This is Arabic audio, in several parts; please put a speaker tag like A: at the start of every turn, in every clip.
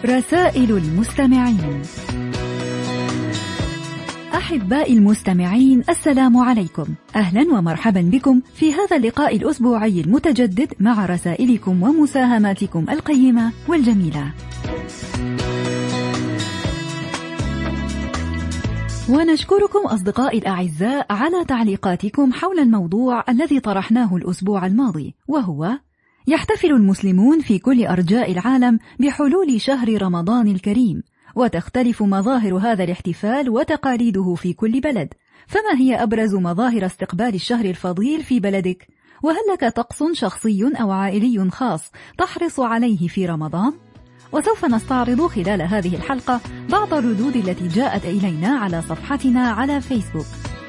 A: رسائل المستمعين. أحبائي المستمعين، السلام عليكم، أهلا ومرحبا بكم في هذا اللقاء الأسبوعي المتجدد مع رسائلكم ومساهماتكم القيمة والجميلة. ونشكركم أصدقائي الأعزاء على تعليقاتكم حول الموضوع الذي طرحناه الأسبوع الماضي، وهو: يحتفل المسلمون في كل أرجاء العالم بحلول شهر رمضان الكريم، وتختلف مظاهر هذا الاحتفال وتقاليده في كل بلد، فما هي أبرز مظاهر استقبال الشهر الفضيل في بلدك؟ وهل لك طقس شخصي أو عائلي خاص تحرص عليه في رمضان؟ وسوف نستعرض خلال هذه الحلقة بعض الردود التي جاءت إلينا على صفحتنا على فيسبوك.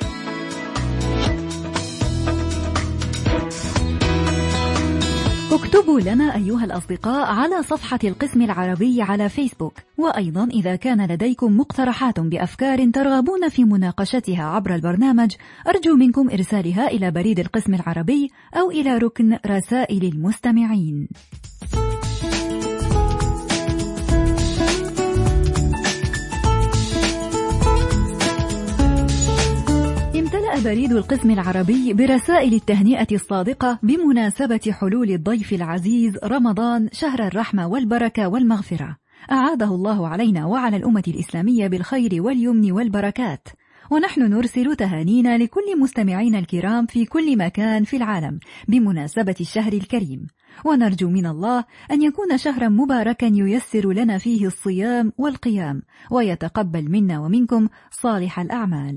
A: اكتبوا لنا أيها الأصدقاء على صفحة القسم العربي على فيسبوك، وأيضا إذا كان لديكم مقترحات بأفكار ترغبون في مناقشتها عبر البرنامج، أرجو منكم إرسالها إلى بريد القسم العربي أو إلى ركن رسائل المستمعين. امتلأ بريد القسم العربي برسائل التهنئة الصادقة بمناسبة حلول الضيف العزيز رمضان، شهر الرحمة والبركة والمغفرة، أعاده الله علينا وعلى الأمة الإسلامية بالخير واليمن والبركات. ونحن نرسل تهانينا لكل مستمعين الكرام في كل مكان في العالم بمناسبة الشهر الكريم، ونرجو من الله أن يكون شهرا مباركا ييسر لنا فيه الصيام والقيام، ويتقبل منا ومنكم صالح الأعمال.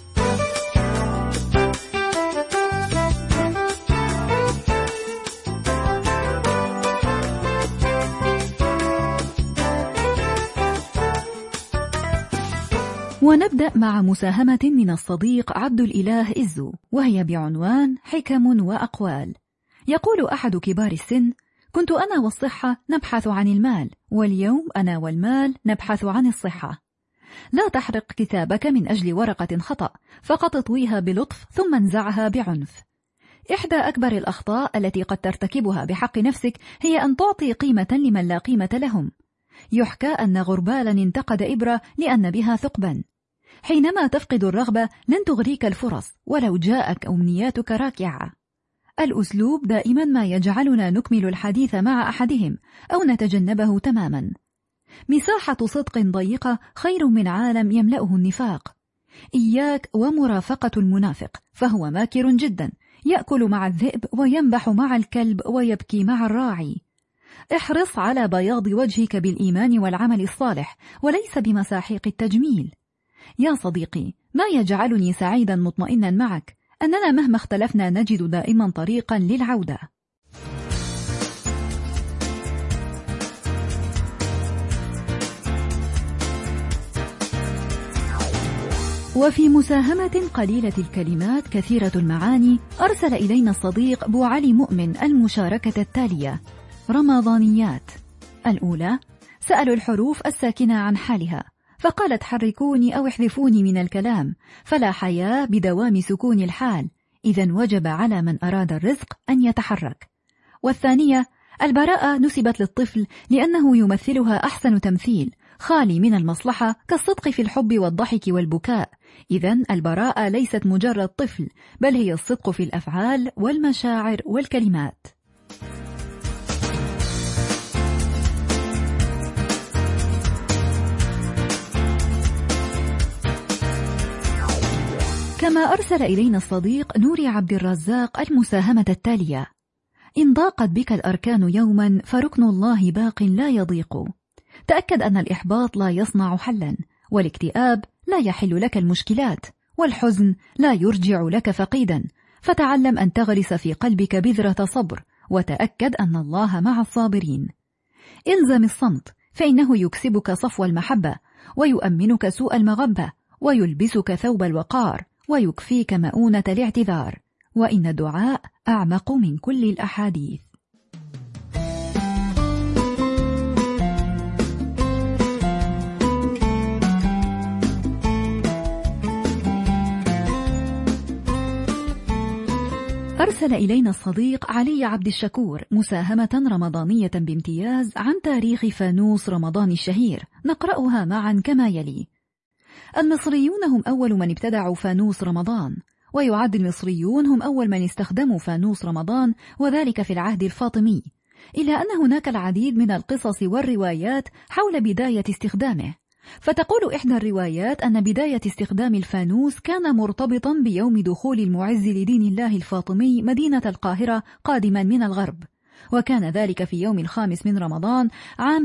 A: ونبدأ مع مساهمة من الصديق عبد الإله إزو، وهي بعنوان حكم وأقوال. يقول أحد كبار السن: كنت أنا والصحة نبحث عن المال، واليوم أنا والمال نبحث عن الصحة. لا تحرق كتابك من أجل ورقة خطأ، فقط اطويها بلطف ثم انزعها بعنف. إحدى أكبر الأخطاء التي قد ترتكبها بحق نفسك هي أن تعطي قيمة لمن لا قيمة لهم. يحكى أن غربالا انتقد إبرة لأن بها ثقبا. حينما تفقد الرغبة لن تغريك الفرص ولو جاءك أمنياتك راكعة. الأسلوب دائما ما يجعلنا نكمل الحديث مع أحدهم أو نتجنبه تماما. مساحة صدق ضيقة خير من عالم يملأه النفاق. إياك ومرافقة المنافق، فهو ماكر جدا، يأكل مع الذئب وينبح مع الكلب ويبكي مع الراعي. احرص على بياض وجهك بالإيمان والعمل الصالح، وليس بمساحيق التجميل. يا صديقي، ما يجعلني سعيدا مطمئنا معك أننا مهما اختلفنا نجد دائما طريقا للعودة. وفي مساهمة قليلة الكلمات كثيرة المعاني، أرسل إلينا الصديق بو علي مؤمن المشاركة التالية: رمضانيات. الأولى: سألوا الحروف الساكنة عن حالها، فقالت: حركوني أو احذفوني من الكلام، فلا حياة بدوام سكون الحال، إذن وجب على من أراد الرزق أن يتحرك. والثانية: البراءة نسبت للطفل لأنه يمثلها أحسن تمثيل، خالي من المصلحة كالصدق في الحب والضحك والبكاء، إذن البراءة ليست مجرد طفل، بل هي الصدق في الأفعال والمشاعر والكلمات. كما أرسل إلينا الصديق نوري عبد الرزاق المساهمة التالية: إن ضاقت بك الأركان يوما فركن الله باق لا يضيق. تأكد أن الإحباط لا يصنع حلا، والاكتئاب لا يحل لك المشكلات، والحزن لا يرجع لك فقيدا، فتعلم أن تغرس في قلبك بذرة صبر، وتأكد أن الله مع الصابرين. إلزم الصمت، فإنه يكسبك صفو المحبة، ويؤمنك سوء المغبة، ويلبسك ثوب الوقار، ويكفيك مؤونة الاعتذار، وإن الدعاء أعمق من كل الأحاديث. أرسل إلينا الصديق علي عبد الشكور مساهمة رمضانية بامتياز عن تاريخ فانوس رمضان الشهير، نقرأها معا كما يلي: المصريون هم أول من ابتدعوا فانوس رمضان، ويعد المصريون هم أول من استخدموا فانوس رمضان، وذلك في العهد الفاطمي، إلا أن هناك العديد من القصص والروايات حول بداية استخدامه. فتقول إحدى الروايات أن بداية استخدام الفانوس كان مرتبطا بيوم دخول المعز لدين الله الفاطمي مدينة القاهرة قادما من الغرب، وكان ذلك في يوم 5 من رمضان عام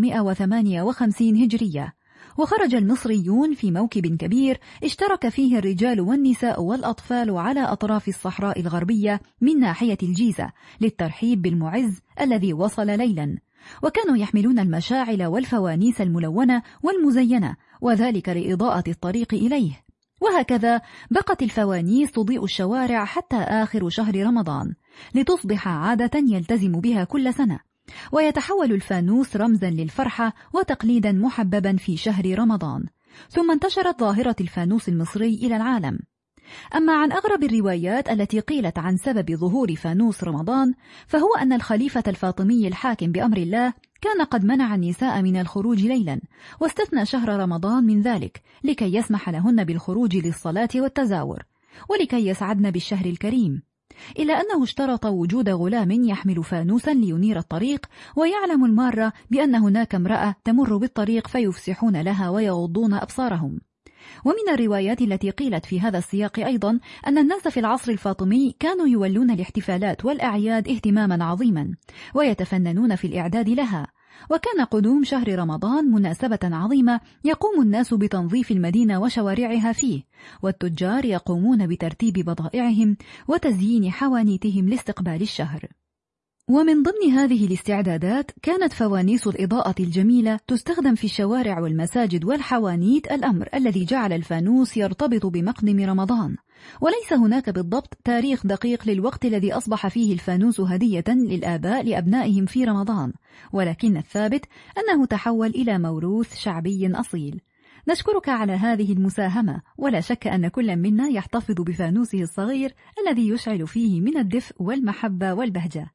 A: 358 هجرية. وخرج المصريون في موكب كبير اشترك فيه الرجال والنساء والأطفال على أطراف الصحراء الغربية من ناحية الجيزة للترحيب بالمعز الذي وصل ليلا، وكانوا يحملون المشاعل والفوانيس الملونة والمزينة، وذلك لإضاءة الطريق إليه. وهكذا بقت الفوانيس تضيء الشوارع حتى آخر شهر رمضان، لتصبح عادة يلتزم بها كل سنة، ويتحول الفانوس رمزا للفرحة وتقليدا محببا في شهر رمضان. ثم انتشرت ظاهرة الفانوس المصري إلى العالم. أما عن أغرب الروايات التي قيلت عن سبب ظهور فانوس رمضان، فهو أن الخليفة الفاطمي الحاكم بأمر الله كان قد منع النساء من الخروج ليلا، واستثنى شهر رمضان من ذلك لكي يسمح لهن بالخروج للصلاة والتزاور، ولكي يسعدن بالشهر الكريم، إلا أنه اشترط وجود غلام يحمل فانوسا لينير الطريق، ويعلم المارة بأن هناك امرأة تمر بالطريق فيفسحون لها ويغضون أبصارهم. ومن الروايات التي قيلت في هذا السياق أيضا أن الناس في العصر الفاطمي كانوا يولون الاحتفالات والأعياد اهتماما عظيما، ويتفننون في الإعداد لها، وكان قدوم شهر رمضان مناسبة عظيمة يقوم الناس بتنظيف المدينة وشوارعها فيه، والتجار يقومون بترتيب بضائعهم وتزيين حوانيتهم لاستقبال الشهر. ومن ضمن هذه الاستعدادات كانت فوانيس الإضاءة الجميلة تستخدم في الشوارع والمساجد والحوانيت، الأمر الذي جعل الفانوس يرتبط بمقدم رمضان. وليس هناك بالضبط تاريخ دقيق للوقت الذي أصبح فيه الفانوس هدية للآباء لأبنائهم في رمضان، ولكن الثابت أنه تحول إلى موروث شعبي أصيل. نشكرك على هذه المساهمة، ولا شك أن كل منا يحتفظ بفانوسه الصغير الذي يشعل فيه من الدفء والمحبة والبهجة.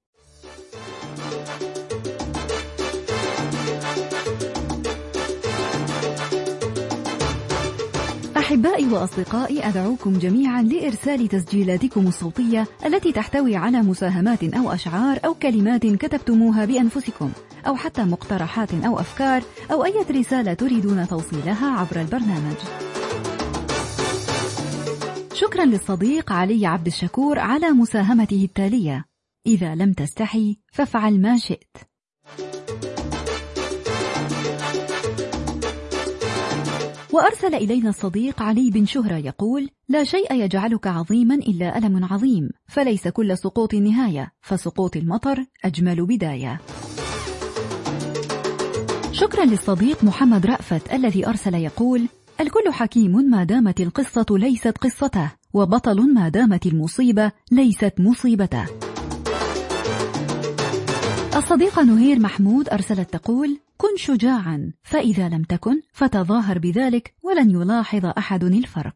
A: أحبائي وأصدقائي، أدعوكم جميعا لإرسال تسجيلاتكم الصوتية التي تحتوي على مساهمات أو أشعار أو كلمات كتبتموها بأنفسكم، أو حتى مقترحات أو أفكار أو أي رسالة تريدون توصيلها عبر البرنامج. شكرا للصديق علي عبد الشكور على مساهمته التالية: إذا لم تستحي فافعل ما شئت. وأرسل إلينا الصديق علي بن شهرة يقول: لا شيء يجعلك عظيما إلا ألم عظيم، فليس كل سقوط نهاية، فسقوط المطر أجمل بداية. شكرا للصديق محمد رأفت الذي أرسل يقول: الكل حكيم ما دامت القصة ليست قصته، وبطل ما دامت المصيبة ليست مصيبته. الصديقة نهير محمود أرسلت تقول: كن شجاعا، فإذا لم تكن فتظاهر بذلك ولن يلاحظ أحد الفرق.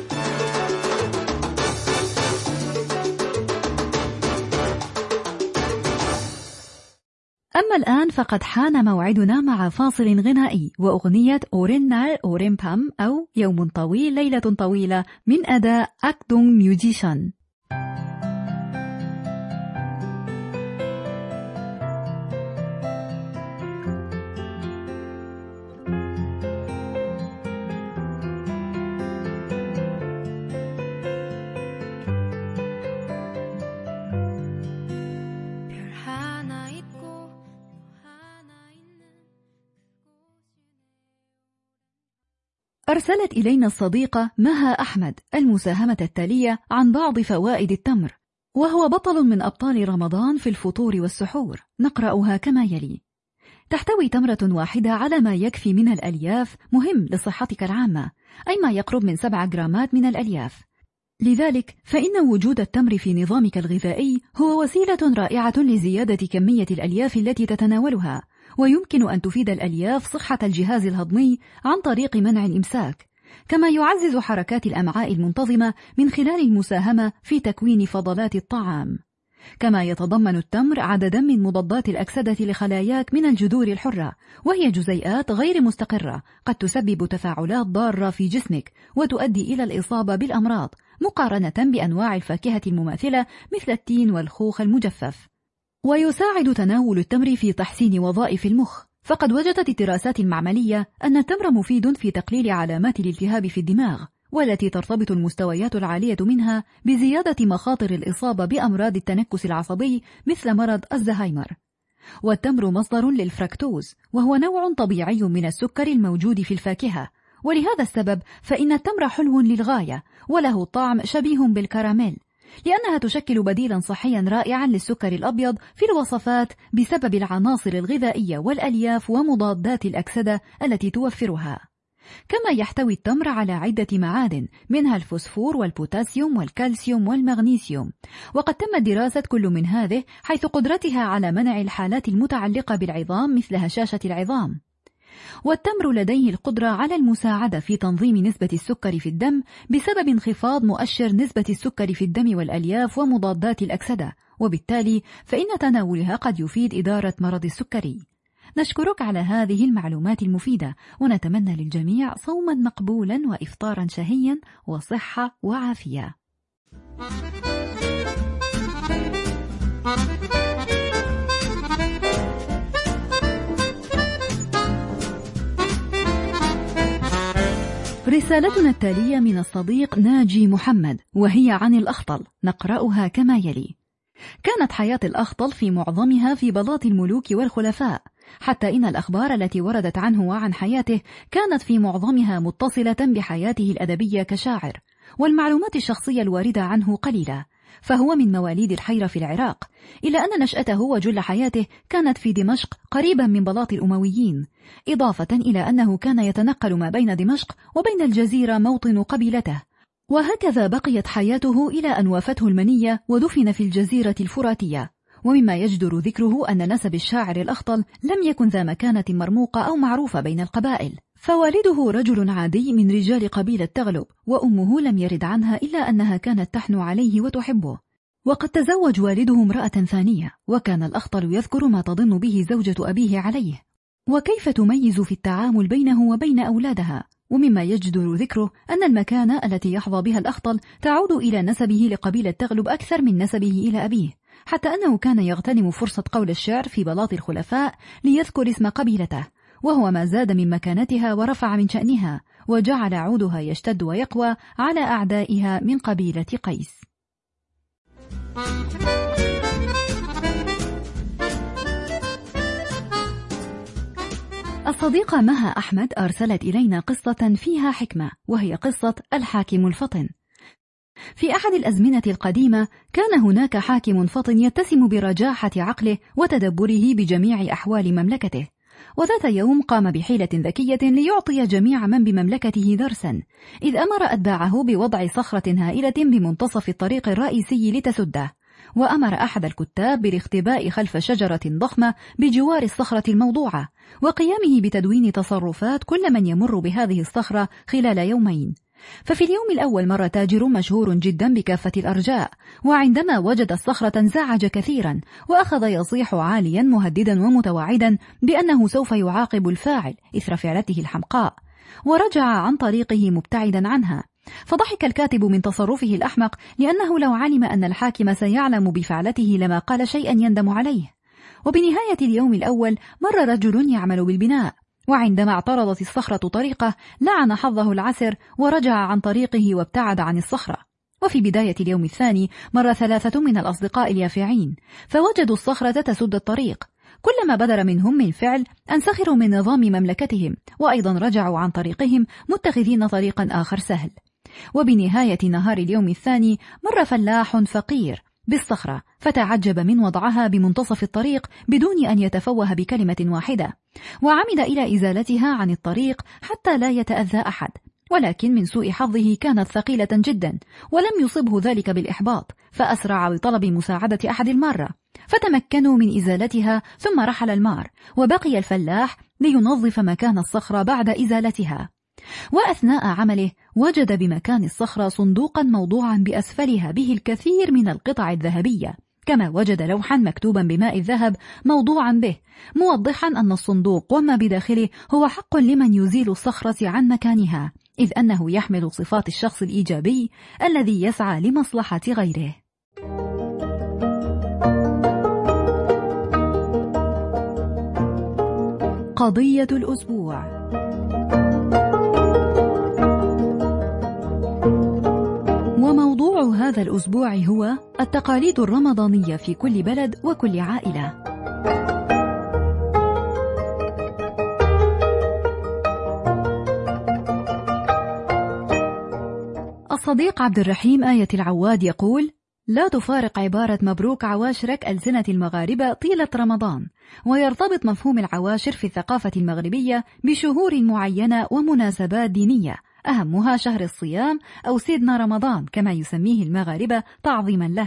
A: أما الآن فقد حان موعدنا مع فاصل غنائي وأغنية أورينال أوريمبام أو يوم طويل ليلة طويلة من أداء أكدونغ ميوزيشن. أرسلت إلينا الصديقة مها أحمد المساهمة التالية عن بعض فوائد التمر، وهو بطل من أبطال رمضان في الفطور والسحور. نقرأها كما يلي: تحتوي تمرة واحدة على ما يكفي من الألياف، مهم لصحتك العامة، أي ما يقرب من 7 جرامات من الألياف. لذلك فإن وجود التمر في نظامك الغذائي هو وسيلة رائعة لزيادة كمية الألياف التي تتناولها، ويمكن أن تفيد الألياف صحة الجهاز الهضمي عن طريق منع الإمساك، كما يعزز حركات الأمعاء المنتظمة من خلال المساهمة في تكوين فضلات الطعام. كما يتضمن التمر عددا من مضادات الأكسدة لخلاياك من الجذور الحرة، وهي جزيئات غير مستقرة قد تسبب تفاعلات ضارة في جسمك وتؤدي إلى الإصابة بالأمراض، مقارنة بأنواع الفاكهة المماثلة مثل التين والخوخ المجفف. ويساعد تناول التمر في تحسين وظائف المخ، فقد وجدت الدراسات المعملية أن التمر مفيد في تقليل علامات الالتهاب في الدماغ، والتي ترتبط المستويات العالية منها بزيادة مخاطر الإصابة بأمراض التنكس العصبي مثل مرض الزهايمر. والتمر مصدر للفركتوز، وهو نوع طبيعي من السكر الموجود في الفاكهة، ولهذا السبب فإن التمر حلو للغاية وله طعم شبيه بالكراميل، لأنها تشكل بديلا صحيا رائعا للسكر الأبيض في الوصفات بسبب العناصر الغذائية والألياف ومضادات الأكسدة التي توفرها. كما يحتوي التمر على عدة معادن منها الفوسفور والبوتاسيوم والكالسيوم والمغنيسيوم، وقد تمت دراسة كل من هذه حيث قدرتها على منع الحالات المتعلقة بالعظام مثل هشاشة العظام. والتمر لديه القدرة على المساعدة في تنظيم نسبة السكر في الدم بسبب انخفاض مؤشر نسبة السكر في الدم والألياف ومضادات الأكسدة، وبالتالي فإن تناولها قد يفيد إدارة مرض السكري. نشكرك على هذه المعلومات المفيدة، ونتمنى للجميع صوما مقبولا وإفطارا شهيا وصحة وعافية. رسالتنا التالية من الصديق ناجي محمد، وهي عن الأخطل، نقرأها كما يلي: كانت حياة الأخطل في معظمها في بلاط الملوك والخلفاء، حتى إن الأخبار التي وردت عنه وعن حياته كانت في معظمها متصلة بحياته الأدبية كشاعر، والمعلومات الشخصية الواردة عنه قليلة، فهو من مواليد الحيرة في العراق، إلا أن نشأته وجل حياته كانت في دمشق قريبا من بلاط الأمويين، إضافة إلى أنه كان يتنقل ما بين دمشق وبين الجزيرة موطن قبيلته. وهكذا بقيت حياته إلى أن وافته المنية ودفن في الجزيرة الفراتية. ومما يجدر ذكره أن نسب الشاعر الأخطل لم يكن ذا مكانة مرموقة أو معروفة بين القبائل، فوالده رجل عادي من رجال قبيلة تغلب، وأمه لم يرد عنها إلا أنها كانت تحنو عليه وتحبه. وقد تزوج والده امرأة ثانية، وكان الأخطل يذكر ما تظن به زوجة أبيه عليه، وكيف تميز في التعامل بينه وبين أولادها. ومما يجدر ذكره أن المكانة التي يحظى بها الأخطل تعود إلى نسبه لقبيلة تغلب أكثر من نسبه إلى أبيه، حتى أنه كان يغتنم فرصة قول الشعر في بلاط الخلفاء ليذكر اسم قبيلته، وهو ما زاد من مكانتها ورفع من شأنها، وجعل عودها يشتد ويقوى على أعدائها من قبيلة قيس. الصديقة مها أحمد أرسلت إلينا قصة فيها حكمة، وهي قصة الحاكم الفطن. في أحد الأزمنة القديمة كان هناك حاكم فطن يتسم برجاحة عقله وتدبره بجميع أحوال مملكته، وذات يوم قام بحيلة ذكية ليعطي جميع من بمملكته درسا، إذ أمر أتباعه بوضع صخرة هائلة بمنتصف الطريق الرئيسي لتسده، وأمر أحد الكتاب بالاختباء خلف شجرة ضخمة بجوار الصخرة الموضوعة، وقيامه بتدوين تصرفات كل من يمر بهذه الصخرة خلال يومين. ففي اليوم الأول مر تاجر مشهور جدا بكافة الأرجاء، وعندما وجد الصخرة انزعج كثيرا، وأخذ يصيح عاليا مهددا ومتوعدا بأنه سوف يعاقب الفاعل إثر فعلته الحمقاء، ورجع عن طريقه مبتعدا عنها. فضحك الكاتب من تصرفه الأحمق، لأنه لو علم أن الحاكم سيعلم بفعلته لما قال شيئا يندم عليه. وبنهاية اليوم الأول مر رجل يعمل بالبناء، وعندما اعترضت الصخرة طريقه لعن حظه العسر ورجع عن طريقه وابتعد عن الصخرة. وفي بداية اليوم الثاني مر 3 من الأصدقاء اليافعين، فوجدوا الصخرة تسد الطريق. كلما بدر منهم من فعل أن سخروا من نظام مملكتهم، وأيضا رجعوا عن طريقهم متخذين طريقا آخر سهل. وبنهاية نهار اليوم الثاني مر فلاح فقير بالصخرة، فتعجب من وضعها بمنتصف الطريق بدون أن يتفوه بكلمة واحدة، وعمد إلى إزالتها عن الطريق حتى لا يتأذى أحد. ولكن من سوء حظه كانت ثقيلة جدا، ولم يصبه ذلك بالإحباط، فأسرع بطلب مساعدة أحد المارة، فتمكنوا من إزالتها. ثم رحل المار، وبقي الفلاح لينظف مكان الصخرة بعد إزالتها. وأثناء عمله وجد بمكان الصخرة صندوقا موضوعا بأسفلها به الكثير من القطع الذهبية، كما وجد لوحا مكتوبا بماء الذهب موضوعا به، موضحا أن الصندوق وما بداخله هو حق لمن يزيل الصخرة عن مكانها، إذ أنه يحمل صفات الشخص الإيجابي الذي يسعى لمصلحة غيره. قضية الأسبوع. وموضوع هذا الأسبوع هو التقاليد الرمضانية في كل بلد وكل عائلة. الصديق عبد الرحيم آية العواد يقول: لا تفارق عبارة مبروك عواشرك ألسنة المغاربة طيلة رمضان، ويرتبط مفهوم العواشر في الثقافة المغربية بشهور معينة ومناسبات دينية، أهمها شهر الصيام أو سيدنا رمضان كما يسميه المغاربة تعظيما له.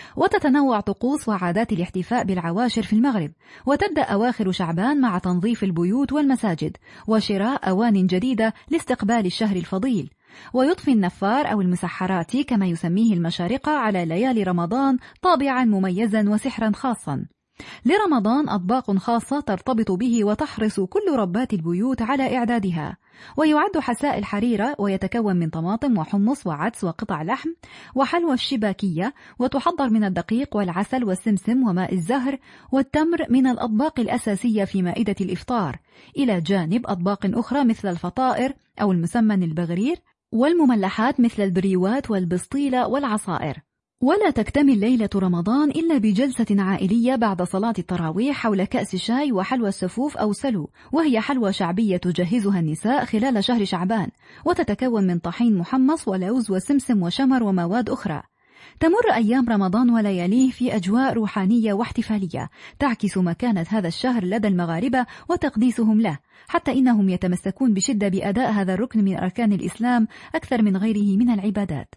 A: وتتنوع طقوس وعادات الاحتفاء بالعواشر في المغرب، وتبدأ أواخر شعبان مع تنظيف البيوت والمساجد وشراء أوان جديدة لاستقبال الشهر الفضيل. ويضفي النفار أو المسحرات كما يسميه المشارقة على ليالي رمضان طابعا مميزا وسحرا خاصا. لرمضان أطباق خاصة ترتبط به وتحرص كل ربات البيوت على إعدادها. ويعد حساء الحريرة، ويتكون من طماطم وحمص وعدس وقطع لحم وحلوى الشباكية، وتحضر من الدقيق والعسل والسمسم وماء الزهر والتمر من الأطباق الأساسية في مائدة الإفطار، إلى جانب أطباق أخرى مثل الفطائر أو المسمن البغرير، والمملحات مثل البريوات والبسطيلة والعصائر. ولا تكتمل ليلة رمضان إلا بجلسة عائلية بعد صلاة التراويح حول كأس شاي وحلوى السفوف أو سلو، وهي حلوى شعبية تجهزها النساء خلال شهر شعبان، وتتكون من طحين محمص ولوز وسمسم وشمر ومواد أخرى. تمر أيام رمضان ولياليه في أجواء روحانية واحتفالية تعكس مكانة هذا الشهر لدى المغاربة وتقديسهم له، حتى إنهم يتمسكون بشدة بأداء هذا الركن من أركان الإسلام أكثر من غيره من العبادات.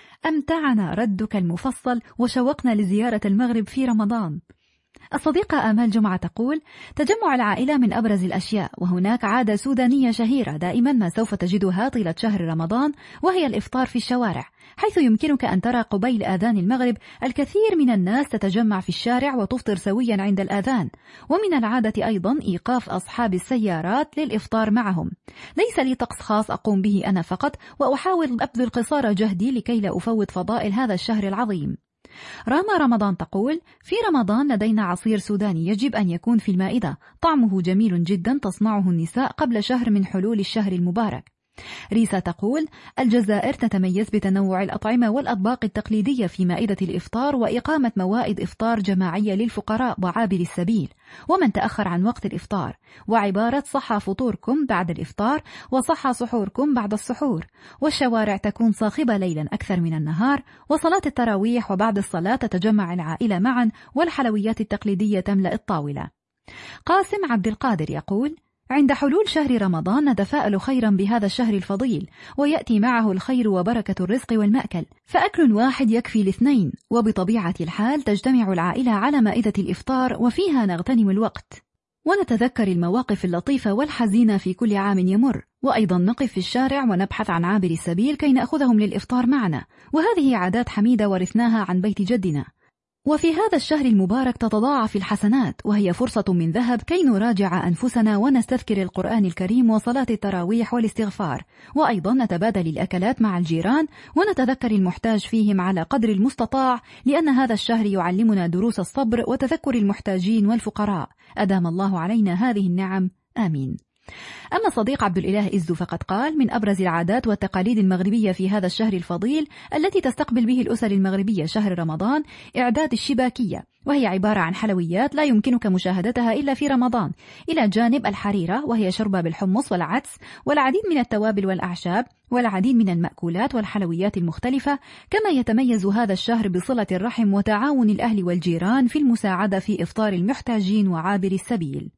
A: أمتعنا ردك المفصل وشوقنا لزيارة المغرب في رمضان. الصديقة آمال جمعة تقول: تجمع العائلة من أبرز الأشياء، وهناك عادة سودانية شهيرة دائما ما سوف تجدها طيلة شهر رمضان، وهي الإفطار في الشوارع، حيث يمكنك أن ترى قبيل آذان المغرب الكثير من الناس تتجمع في الشارع وتفطر سويا عند الآذان. ومن العادة أيضا إيقاف أصحاب السيارات للإفطار معهم. ليس لي طقس خاص أقوم به أنا فقط، وأحاول أبذل قصارى جهدي لكي لا أفوت فضائل هذا الشهر العظيم. راما رمضان تقول: في رمضان لدينا عصير سوداني يجب أن يكون في المائدة، طعمه جميل جدا تصنعه النساء قبل شهر من حلول الشهر المبارك. ريسا تقول: الجزائر تتميز بتنوع الأطعمة والأطباق التقليدية في مائدة الإفطار، وإقامة موائد إفطار جماعية للفقراء وعابر السبيل ومن تأخر عن وقت الإفطار، وعبارة صحى فطوركم بعد الإفطار وصحى سحوركم بعد السحور. والشوارع تكون صاخبة ليلا أكثر من النهار، وصلاة التراويح وبعد الصلاة تتجمع العائلة معا، والحلويات التقليدية تملأ الطاولة. قاسم عبد القادر يقول: عند حلول شهر رمضان نتفائل خيرا بهذا الشهر الفضيل، ويأتي معه الخير وبركة الرزق والمأكل، فأكل واحد يكفي الاثنين، وبطبيعة الحال تجتمع العائلة على مائدة الإفطار وفيها نغتنم الوقت، ونتذكر المواقف اللطيفة والحزينة في كل عام يمر، وأيضا نقف في الشارع ونبحث عن عابر السبيل كي نأخذهم للإفطار معنا، وهذه عادات حميدة ورثناها عن بيت جدنا. وفي هذا الشهر المبارك تتضاعف الحسنات، وهي فرصة من ذهب كي نراجع أنفسنا ونستذكر القرآن الكريم وصلاة التراويح والاستغفار، وأيضا نتبادل الأكلات مع الجيران ونتذكر المحتاج فيهم على قدر المستطاع، لأن هذا الشهر يعلمنا دروس الصبر وتذكر المحتاجين والفقراء. أدام الله علينا هذه النعم، آمين. أما صديق عبد الإله إزو فقد قال: من أبرز العادات والتقاليد المغربية في هذا الشهر الفضيل التي تستقبل به الأسر المغربية شهر رمضان إعداد الشباكية، وهي عبارة عن حلويات لا يمكنك مشاهدتها إلا في رمضان، إلى جانب الحريرة وهي شربة بالحمص والعدس والعديد من التوابل والأعشاب والعديد من المأكولات والحلويات المختلفة. كما يتميز هذا الشهر بصلة الرحم وتعاون الأهل والجيران في المساعدة في إفطار المحتاجين وعابر السبيل.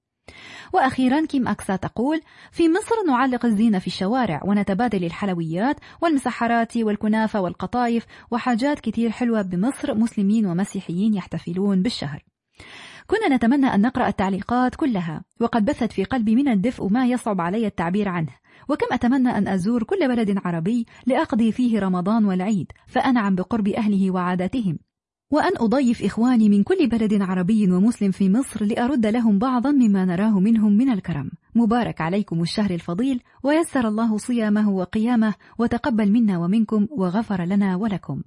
A: وأخيرا كيم أكسا تقول: في مصر نعلق الزينة في الشوارع ونتبادل الحلويات والمسحرات والكنافة والقطايف وحاجات كتير حلوة بمصر، مسلمين ومسيحيين يحتفلون بالشهر. كنا نتمنى أن نقرأ التعليقات كلها، وقد بثت في قلبي من الدفء ما يصعب علي التعبير عنه. وكم أتمنى أن أزور كل بلد عربي لأقضي فيه رمضان والعيد، فأنعم بقرب أهله وعاداتهم، وأن أضيف إخواني من كل بلد عربي ومسلم في مصر لأرد لهم بعضا مما نراه منهم من الكرم. مبارك عليكم الشهر الفضيل، ويسر الله صيامه وقيامه، وتقبل منا ومنكم، وغفر لنا ولكم.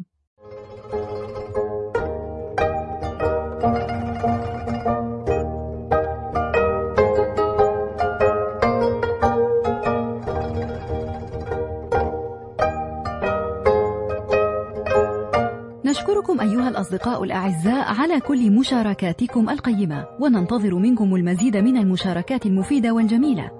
A: نشكركم أيها الأصدقاء الأعزاء على كل مشاركاتكم القيمة، وننتظر منكم المزيد من المشاركات المفيدة والجميلة.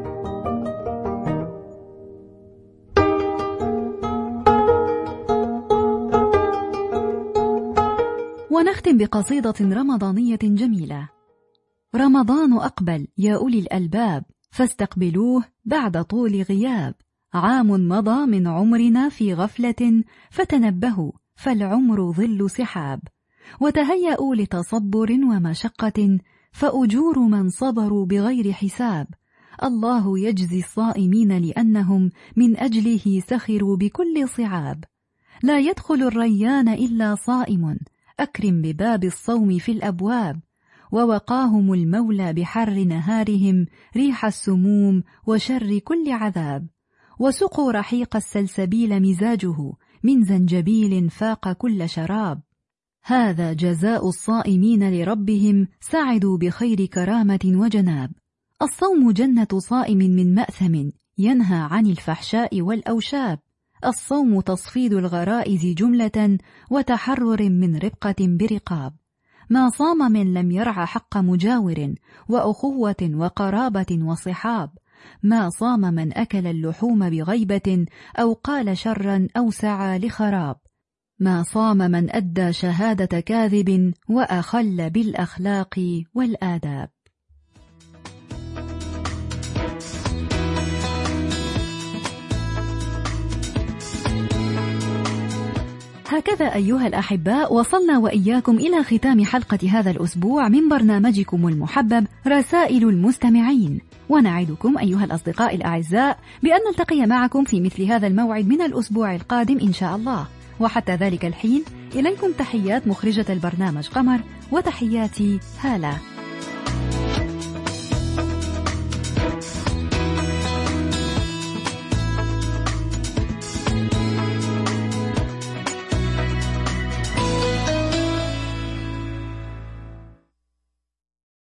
A: ونختم بقصيدة رمضانية جميلة. رمضان أقبل يا أولي الألباب، فاستقبلوه بعد طول غياب. عام مضى من عمرنا في غفلة، فتنبهوا فالعمر ظل سحاب. وتهيأوا لتصبر ومشقة، فأجور من صبروا بغير حساب. الله يجزي الصائمين لأنهم من أجله سخروا بكل صعاب. لا يدخل الريان إلا صائم، أكرم بباب الصوم في الأبواب. ووقاهم المولى بحر نهارهم ريح السموم وشر كل عذاب. وسقوا رحيق السلسبيل مزاجه من زنجبيل فاق كل شراب. هذا جزاء الصائمين لربهم، سعدوا بخير كرامة وجناب. الصوم جنة صائم من مأثم، ينهى عن الفحشاء والأوشاب. الصوم تصفيد الغرائز جملة، وتحرر من رقة برقاب. ما صام من لم يرع حق مجاور، وأخوة وقرابة وصحاب. ما صام من أكل اللحوم بغيبة، أو قال شرا أو سعى لخراب. ما صام من أدى شهادة كاذب، وأخل بالأخلاق والآداب. هكذا أيها الأحباء وصلنا وإياكم إلى ختام حلقة هذا الأسبوع من برنامجكم المحبب رسائل المستمعين. ونعدكم أيها الأصدقاء الأعزاء بأن نلتقي معكم في مثل هذا الموعد من الأسبوع القادم إن شاء الله. وحتى ذلك الحين إليكم تحيات مخرجة البرنامج قمر، وتحياتي هالة.